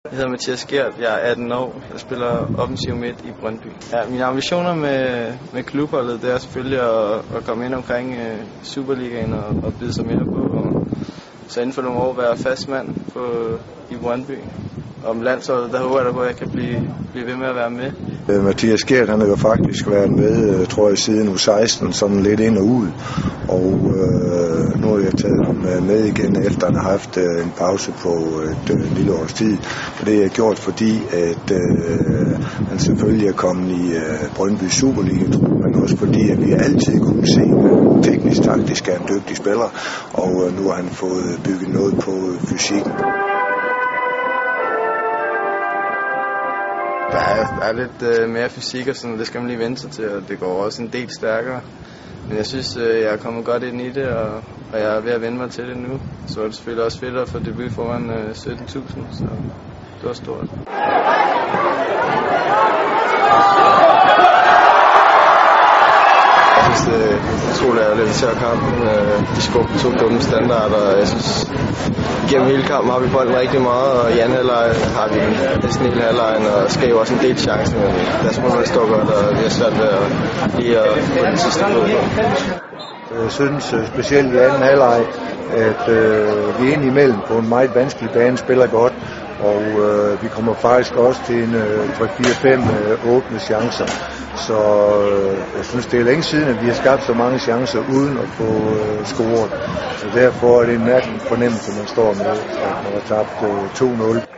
Jeg hedder Mathias Gert, jeg er 18 år. Jeg spiller offensiv midt i Brøndby. Ja, mine ambitioner med klubholdet, det er selvfølgelig at komme ind omkring Superligaen og bide sig mere på. Og så inden for nogle år være fast mand i Brøndby. Om landsholdet, der håber jeg, at jeg kan blive ved med at være med. Mathias Gert, han har jo faktisk været med, tror jeg, siden U16, sådan lidt ind og ud. Og nu har jeg taget ham med igen, efter han har haft en pause på et lille års tid. Og det er gjort, fordi at han selvfølgelig er kommet i Brøndby Superliga, men også fordi at vi altid kunne se, teknisk-taktisk er en dygtig spiller. Og nu har han fået bygget noget på fysikken. Der er lidt mere fysik og sådan, det skal man lige vente sig til, og det går også en del stærkere. Men jeg synes, jeg er kommet godt ind i det, og jeg er ved at vende mig til det nu. Så er det selvfølgelig også fedt at få debut foran 17.000, så det var stort. Jeg synes, det er lidt en tør kamp. De skubber på 2 dumme standarder, og jeg synes, gennem hele kampen har vi bolden rigtig meget, og i anden halvleg har vi næsten hele halvlejen, og skaber også en del chancer, men deres mål står godt, og vi har svært ved at få den sidste mål. Jeg synes specielt i anden halvleg, at vi indimellem på en meget vanskelig bane spiller godt, og vi kommer faktisk også til en 3-4-5 åbne chancer. Så jeg synes, det er længe siden, at vi har skabt så mange chancer uden at få scoret. Så derfor er det en mærkelig fornemmelse, man står med, at man har tabt 2-0.